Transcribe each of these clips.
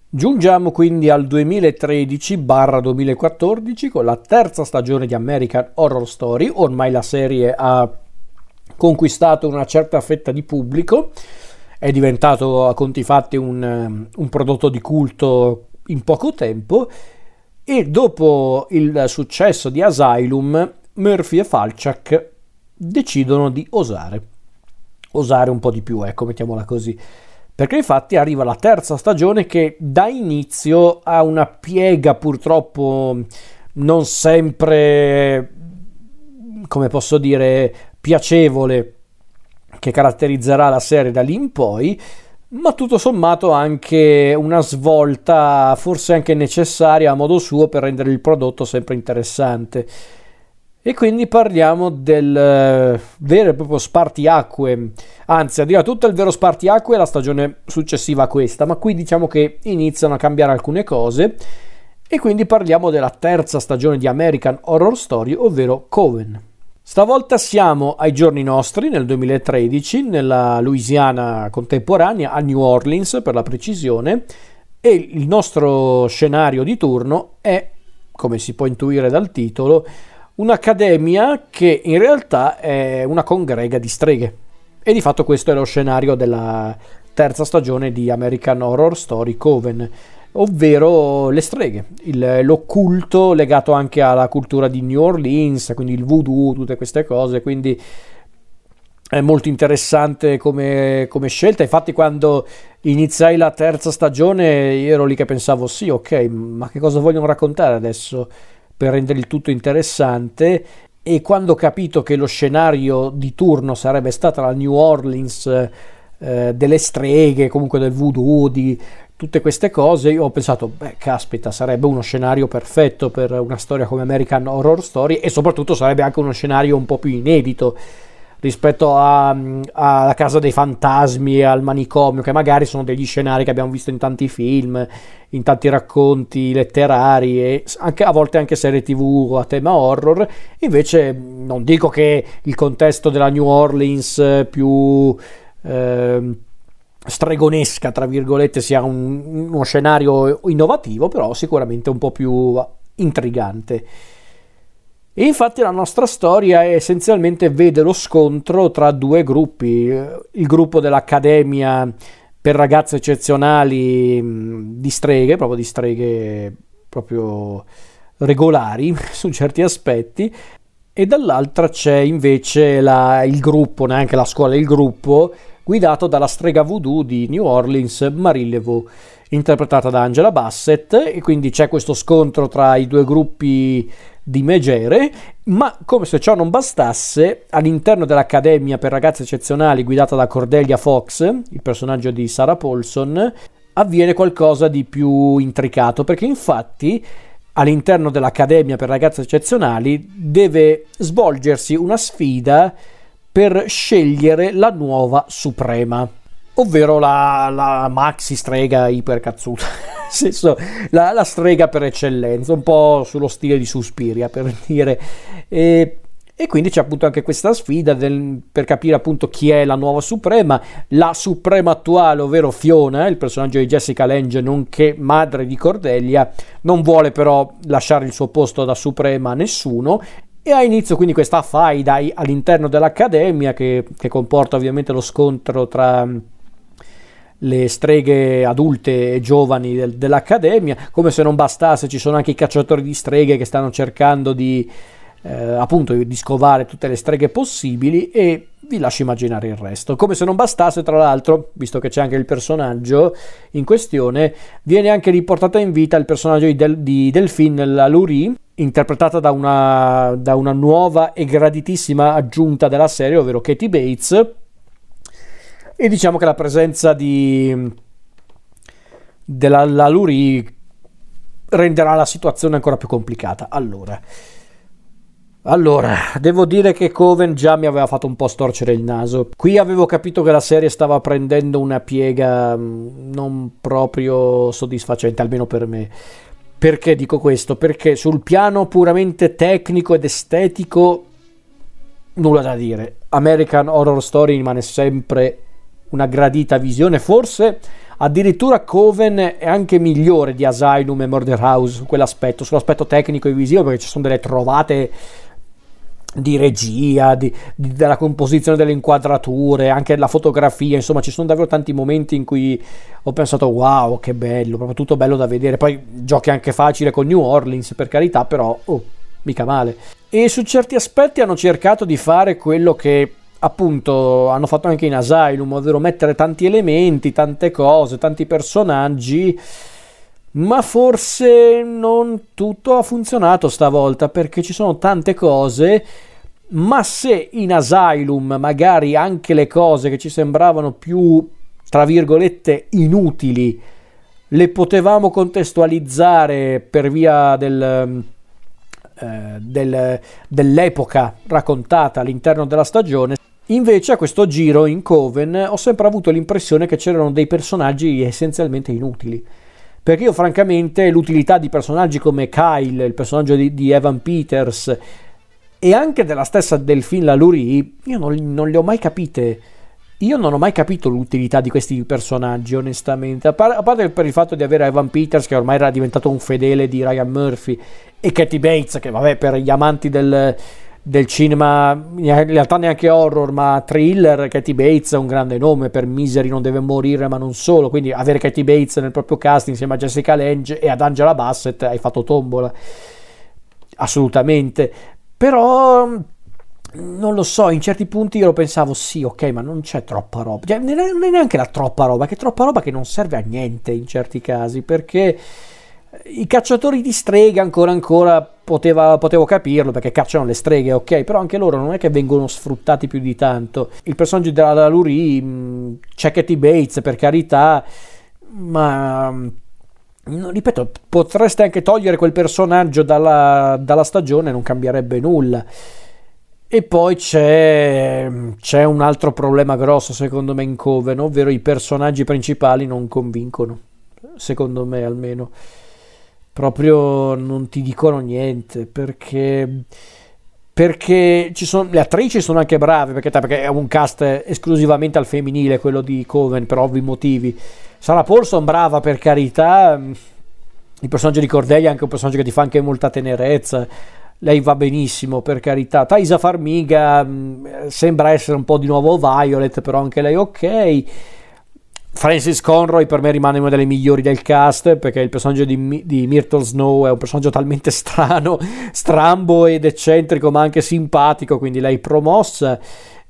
Giungiamo quindi al 2013-2014 con la terza stagione di American Horror Story. Ormai la serie ha conquistato una certa fetta di pubblico, è diventato a conti fatti un prodotto di culto in poco tempo, e dopo il successo di Asylum, Murphy e Falchuk decidono di osare un po' di più, ecco, mettiamola così. Perché infatti arriva la terza stagione che dà inizio a una piega purtroppo non sempre, come posso dire, piacevole, che caratterizzerà la serie da lì in poi, ma tutto sommato anche una svolta forse anche necessaria a modo suo per rendere il prodotto sempre interessante. E quindi parliamo del vero e proprio spartiacque, anzi addirittura tutto il vero spartiacque è la stagione successiva a questa, ma qui diciamo che iniziano a cambiare alcune cose, e quindi parliamo della terza stagione di American Horror Story, ovvero Coven. Stavolta siamo ai giorni nostri, nel 2013, nella Louisiana contemporanea, a New Orleans per la precisione, e il nostro scenario di turno è, come si può intuire dal titolo, un'accademia che in realtà è una congrega di streghe, e di fatto questo è lo scenario della terza stagione di American Horror Story Coven, ovvero le streghe, l'occulto legato anche alla cultura di New Orleans, quindi il voodoo, tutte queste cose, quindi è molto interessante come scelta. Infatti quando iniziai la terza stagione io ero lì che pensavo sì, ok, ma che cosa vogliono raccontare adesso per rendere il tutto interessante, e quando ho capito che lo scenario di turno sarebbe stata la New Orleans delle streghe, comunque del voodoo, di tutte queste cose, io ho pensato, beh, caspita, sarebbe uno scenario perfetto per una storia come American Horror Story, e soprattutto sarebbe anche uno scenario un po' più inedito rispetto alla Casa dei Fantasmi e al manicomio, che magari sono degli scenari che abbiamo visto in tanti film, in tanti racconti letterari e anche a volte anche serie TV a tema horror. Invece non dico che il contesto della New Orleans più stregonesca, tra virgolette, sia uno scenario innovativo, però sicuramente un po' più intrigante. E infatti la nostra storia essenzialmente vede lo scontro tra due gruppi: il gruppo dell'Accademia per ragazze eccezionali di streghe proprio regolari su certi aspetti, e dall'altra c'è invece il gruppo, neanche la scuola, il gruppo guidato dalla strega voodoo di New Orleans, Marie Laveau, interpretata da Angela Bassett, e quindi c'è questo scontro tra i due gruppi di megere. Ma come se ciò non bastasse, all'interno dell'Accademia per ragazze eccezionali guidata da Cordelia Fox, il personaggio di Sarah Paulson, avviene qualcosa di più intricato, perché infatti all'interno dell'Accademia per ragazze eccezionali deve svolgersi una sfida per scegliere la nuova suprema, ovvero la maxi strega ipercazzuta, nel senso la strega per eccellenza, un po' sullo stile di Suspiria, per dire. E quindi c'è appunto anche questa sfida per capire appunto chi è la nuova suprema. La suprema attuale, ovvero Fiona, il personaggio di Jessica Lange, nonché madre di Cordelia, non vuole però lasciare il suo posto da suprema a nessuno, e ha inizio quindi questa faida all'interno dell'Accademia che comporta ovviamente lo scontro tra le streghe adulte e giovani dell'Accademia. Come se non bastasse, ci sono anche i cacciatori di streghe che stanno cercando di scovare tutte le streghe possibili, e vi lascio immaginare il resto. Come se non bastasse, tra l'altro, visto che c'è anche il personaggio in questione, viene anche riportata in vita il personaggio di Delphine LaLaurie, interpretata da una nuova e graditissima aggiunta della serie, ovvero Katie Bates. E diciamo che la presenza della LaLaurie renderà la situazione ancora più complicata. Allora, devo dire che Coven già mi aveva fatto un po' storcere il naso. Qui avevo capito che la serie stava prendendo una piega non proprio soddisfacente, almeno per me. Perché dico questo? Perché sul piano puramente tecnico ed estetico nulla da dire. American Horror Story rimane sempre una gradita visione, forse Addirittura Coven è anche migliore di Asylum e Murder House su quell'aspetto, sull'aspetto tecnico e visivo, perché ci sono delle trovate di regia, della composizione delle inquadrature, anche la fotografia, insomma ci sono davvero tanti momenti in cui ho pensato wow, che bello, proprio tutto bello da vedere. Poi giochi anche facile con New Orleans, per carità, però mica male. E su certi aspetti hanno cercato di fare quello che appunto hanno fatto anche in Asylum, ovvero mettere tanti elementi, tante cose, tanti personaggi, ma forse non tutto ha funzionato stavolta, perché ci sono tante cose. Ma se in Asylum magari anche le cose che ci sembravano più, tra virgolette, inutili, le potevamo contestualizzare per via dell'epoca raccontata all'interno della stagione, invece a questo giro in Coven ho sempre avuto l'impressione che c'erano dei personaggi essenzialmente inutili. Perché io francamente l'utilità di personaggi come Kyle, il personaggio di Evan Peters, e anche della stessa Delphine Lalaurie, io non le ho mai capite. Io non ho mai capito l'utilità di questi personaggi, onestamente, a parte per il fatto di avere Evan Peters, che ormai era diventato un fedele di Ryan Murphy, e Kathy Bates, che vabbè, per gli amanti del cinema, in realtà neanche horror ma thriller, Kathy Bates è un grande nome, per Misery non deve morire, ma non solo, quindi avere Kathy Bates nel proprio cast insieme a Jessica Lange e ad Angela Bassett, hai fatto tombola, assolutamente. Però non lo so, in certi punti io pensavo sì, ok, ma non c'è troppa roba, cioè, non è neanche la troppa roba, che è troppa roba che non serve a niente in certi casi, perché i cacciatori di streghe ancora potevo capirlo, perché cacciano le streghe, ok, però anche loro non è che vengono sfruttati più di tanto. Il personaggio della Lalaurie, c'è Kathy Bates, per carità, ma ripeto, potreste anche togliere quel personaggio dalla stagione, non cambierebbe nulla. E poi c'è un altro problema grosso secondo me in Coven, ovvero i personaggi principali non convincono, secondo me almeno. Proprio non ti dicono niente, perché ci sono, le attrici sono anche brave, perché è un cast esclusivamente al femminile quello di Coven, per ovvi motivi. Sarah Paulson brava, per carità, il personaggio di Cordelia è anche un personaggio che ti fa anche molta tenerezza, lei va benissimo, per carità. Thaisa Farmiga sembra essere un po' di nuovo Violet, però anche lei ok. Frances Conroy per me rimane una delle migliori del cast, perché il personaggio di Myrtle Snow è un personaggio talmente strano, strambo ed eccentrico, ma anche simpatico, quindi lei promossa.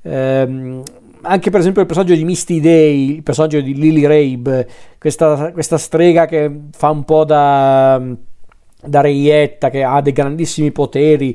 Anche per esempio il personaggio di Misty Day, il personaggio di Lily Rabe, questa strega che fa un po' da reietta, che ha dei grandissimi poteri,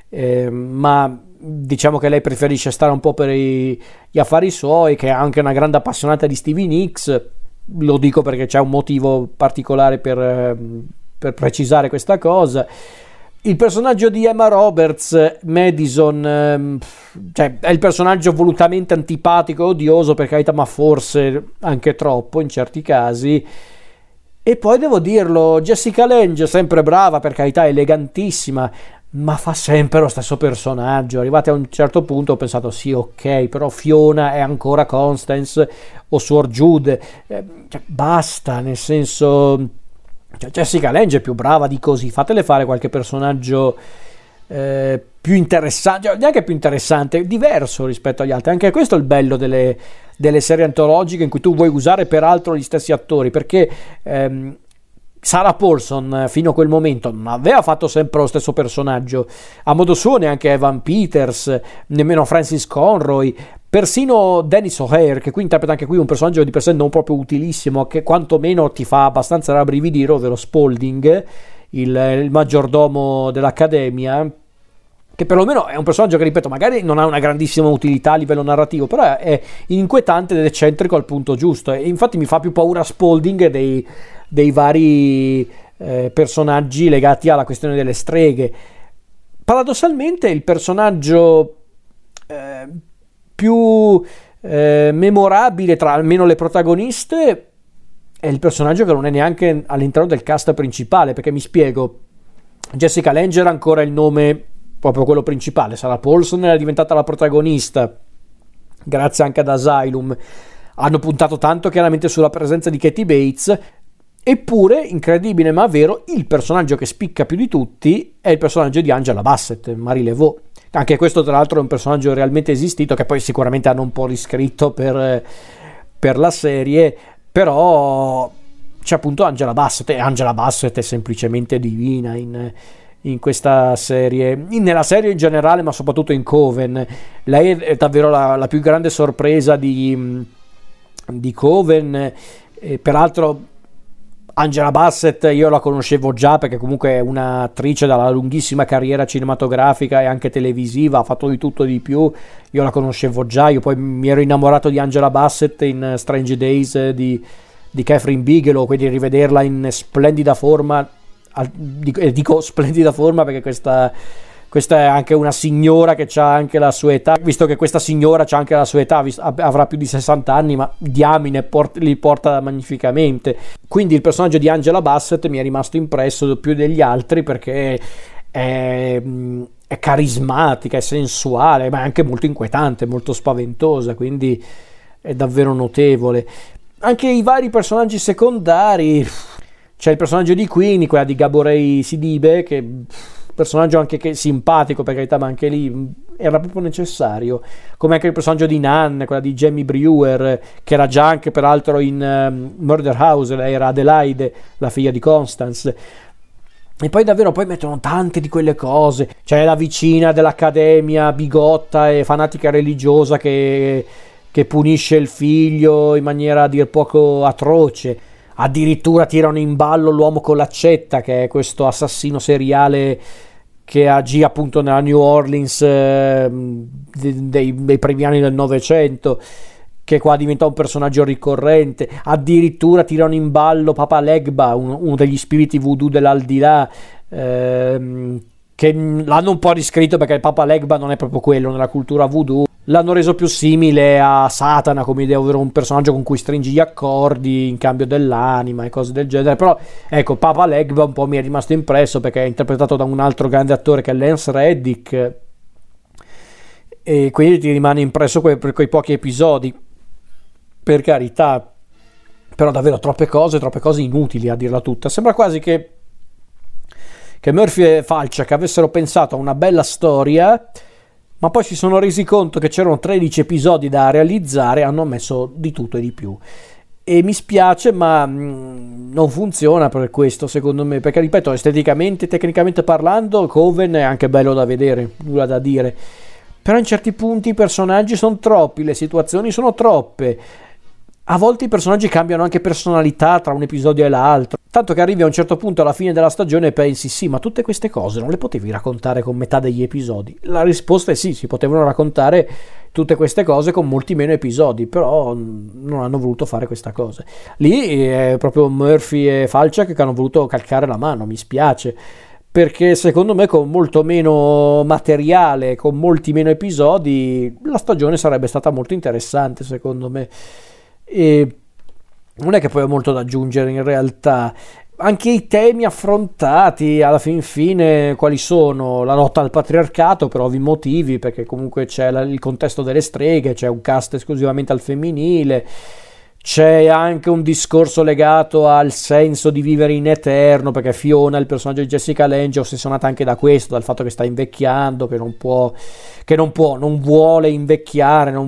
ma diciamo che lei preferisce stare un po' per gli affari suoi, che è anche una grande appassionata di Stevie Nicks. Lo dico perché c'è un motivo particolare per precisare questa cosa. Il personaggio di Emma Roberts, Madison, cioè è il personaggio volutamente antipatico e odioso, per carità, ma forse anche troppo in certi casi. E poi devo dirlo, Jessica Lange, sempre brava, per carità, elegantissima, ma fa sempre lo stesso personaggio. Arrivati a un certo punto ho pensato sì, ok, però Fiona è ancora Constance o Suor Jude, cioè, basta, nel senso, cioè, Jessica Lange è più brava di così, fatele fare qualche personaggio più interessante, cioè, neanche più interessante, diverso rispetto agli altri. Anche questo è il bello delle serie antologiche, in cui tu vuoi usare peraltro gli stessi attori, perché Sarah Paulson fino a quel momento non aveva fatto sempre lo stesso personaggio, a modo suo neanche Evan Peters, nemmeno Frances Conroy, persino Dennis O'Hare, che qui interpreta anche qui un personaggio di per sé non proprio utilissimo, che quantomeno ti fa abbastanza rabbrividire, ovvero Spalding, il maggiordomo dell'Accademia, che perlomeno è un personaggio che, ripeto, magari non ha una grandissima utilità a livello narrativo, però è inquietante ed eccentrico al punto giusto, e infatti mi fa più paura Spalding dei vari personaggi legati alla questione delle streghe. Paradossalmente il personaggio più memorabile tra almeno le protagoniste è il personaggio che non è neanche all'interno del cast principale, perché mi spiego, Jessica Lange era ancora il nome proprio quello principale, Sarah Paulson era diventata la protagonista grazie anche ad Asylum. hanno puntato tanto chiaramente sulla presenza di Kathy Bates. Eppure, incredibile ma vero, il personaggio che spicca più di tutti è il personaggio di Angela Bassett, Marie Laveau. Anche questo tra l'altro è un personaggio realmente esistito, che poi sicuramente hanno un po' riscritto per la serie, però c'è appunto Angela Bassett, e Angela Bassett è semplicemente divina in questa serie, nella serie in generale, ma soprattutto in Coven. Lei è davvero la più grande sorpresa di Coven. Peraltro Angela Bassett io la conoscevo già, perché comunque è un'attrice dalla lunghissima carriera cinematografica e anche televisiva, ha fatto di tutto e di più. Io la conoscevo già, io poi mi ero innamorato di Angela Bassett in Strange Days di Catherine Bigelow, quindi rivederla in splendida forma, dico splendida forma perché questa è anche una signora che ha anche la sua età, visto che questa signora c'ha anche la sua età, avrà più di 60 anni, ma diamine li porta magnificamente. Quindi il personaggio di Angela Bassett mi è rimasto impresso più degli altri, perché è carismatica, è sensuale, ma è anche molto inquietante, molto spaventosa, quindi è davvero notevole. Anche i vari personaggi secondari, c'è il personaggio di Queenie, quella di Gabourey Sidibe, che personaggio anche che simpatico per carità, ma anche lì era proprio necessario, come anche il personaggio di Nan, quella di Jamie Brewer, che era già anche peraltro in Murder House, lei era Adelaide, la figlia di Constance. E poi davvero poi mettono tante di quelle cose, c'è la vicina dell'accademia bigotta e fanatica religiosa che punisce il figlio in maniera a dir poco atroce. Addirittura tirano in ballo l'uomo con l'accetta, che è questo assassino seriale che agì appunto nella New Orleans dei primi anni del Novecento, che qua diventa un personaggio ricorrente. Addirittura tirano in ballo Papa Legba, uno degli spiriti voodoo dell'aldilà, che l'hanno un po' riscritto perché il Papa Legba non è proprio quello nella cultura voodoo. L'hanno reso più simile a Satana come idea, ovvero un personaggio con cui stringi gli accordi in cambio dell'anima e cose del genere. Però ecco, Papa Legba un po' mi è rimasto impresso perché è interpretato da un altro grande attore che è Lance Reddick, e quindi ti rimane impresso per quei pochi episodi, per carità. Però davvero troppe cose inutili, a dirla tutta. Sembra quasi che Murphy e Falchuk avessero pensato a una bella storia, ma poi si sono resi conto che c'erano 13 episodi da realizzare e hanno messo di tutto e di più. E mi spiace, ma non funziona per questo, secondo me, perché ripeto, esteticamente, tecnicamente parlando, Coven è anche bello da vedere, nulla da dire, però in certi punti i personaggi sono troppi, le situazioni sono troppe. A volte i personaggi cambiano anche personalità tra un episodio e l'altro, tanto che arrivi a un certo punto alla fine della stagione e pensi: sì, ma tutte queste cose non le potevi raccontare con metà degli episodi? La risposta è sì, si potevano raccontare tutte queste cose con molti meno episodi, però non hanno voluto fare questa cosa. Lì è proprio Murphy e Falchuk che hanno voluto calcare la mano, mi spiace, perché secondo me con molto meno materiale, con molti meno episodi, la stagione sarebbe stata molto interessante, secondo me. E non è che poi ho molto da aggiungere in realtà. Anche i temi affrontati alla fin fine quali sono? La lotta al patriarcato per ovvi motivi, perché comunque c'è il contesto delle streghe, c'è un cast esclusivamente al femminile, c'è anche un discorso legato al senso di vivere in eterno, perché Fiona, il personaggio di Jessica Lange, è ossessionata anche da questo, dal fatto che sta invecchiando, che non vuole invecchiare, non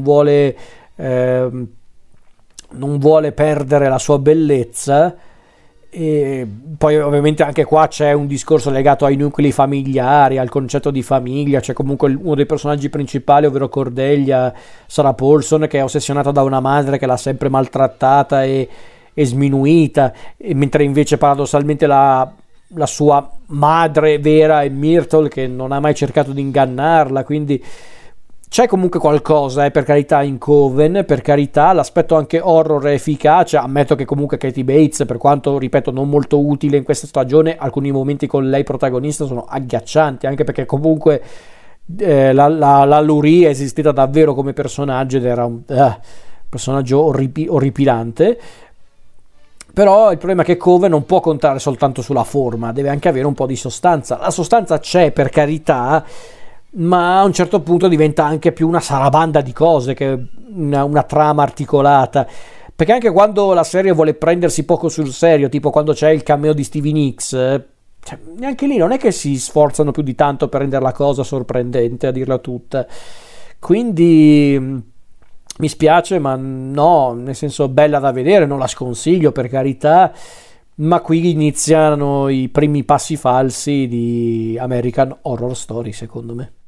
vuole perdere la sua bellezza. E poi ovviamente anche qua c'è un discorso legato ai nuclei familiari, al concetto di famiglia. C'è comunque uno dei personaggi principali, ovvero Cordelia, Sarah Paulson, che è ossessionata da una madre che l'ha sempre maltrattata e sminuita, e mentre invece paradossalmente la sua madre vera è Myrtle, che non ha mai cercato di ingannarla. Quindi c'è comunque qualcosa, per carità, in Coven, per carità, l'aspetto anche horror è efficace. Ammetto che comunque Kathy Bates, per quanto, ripeto, non molto utile in questa stagione, alcuni momenti con lei protagonista sono agghiaccianti, anche perché comunque la Laurie è esistita davvero come personaggio ed era un personaggio orripilante. Però il problema è che Coven non può contare soltanto sulla forma, deve anche avere un po' di sostanza. La sostanza c'è, per carità, ma a un certo punto diventa anche più una sarabanda di cose che una trama articolata. Perché anche quando la serie vuole prendersi poco sul serio, tipo quando c'è il cameo di Stevie Nicks, cioè, neanche lì non è che si sforzano più di tanto per rendere la cosa sorprendente, a dirla tutta. Quindi mi spiace, ma no, nel senso bella da vedere, non la sconsiglio per carità, ma qui iniziano i primi passi falsi di American Horror Story, secondo me.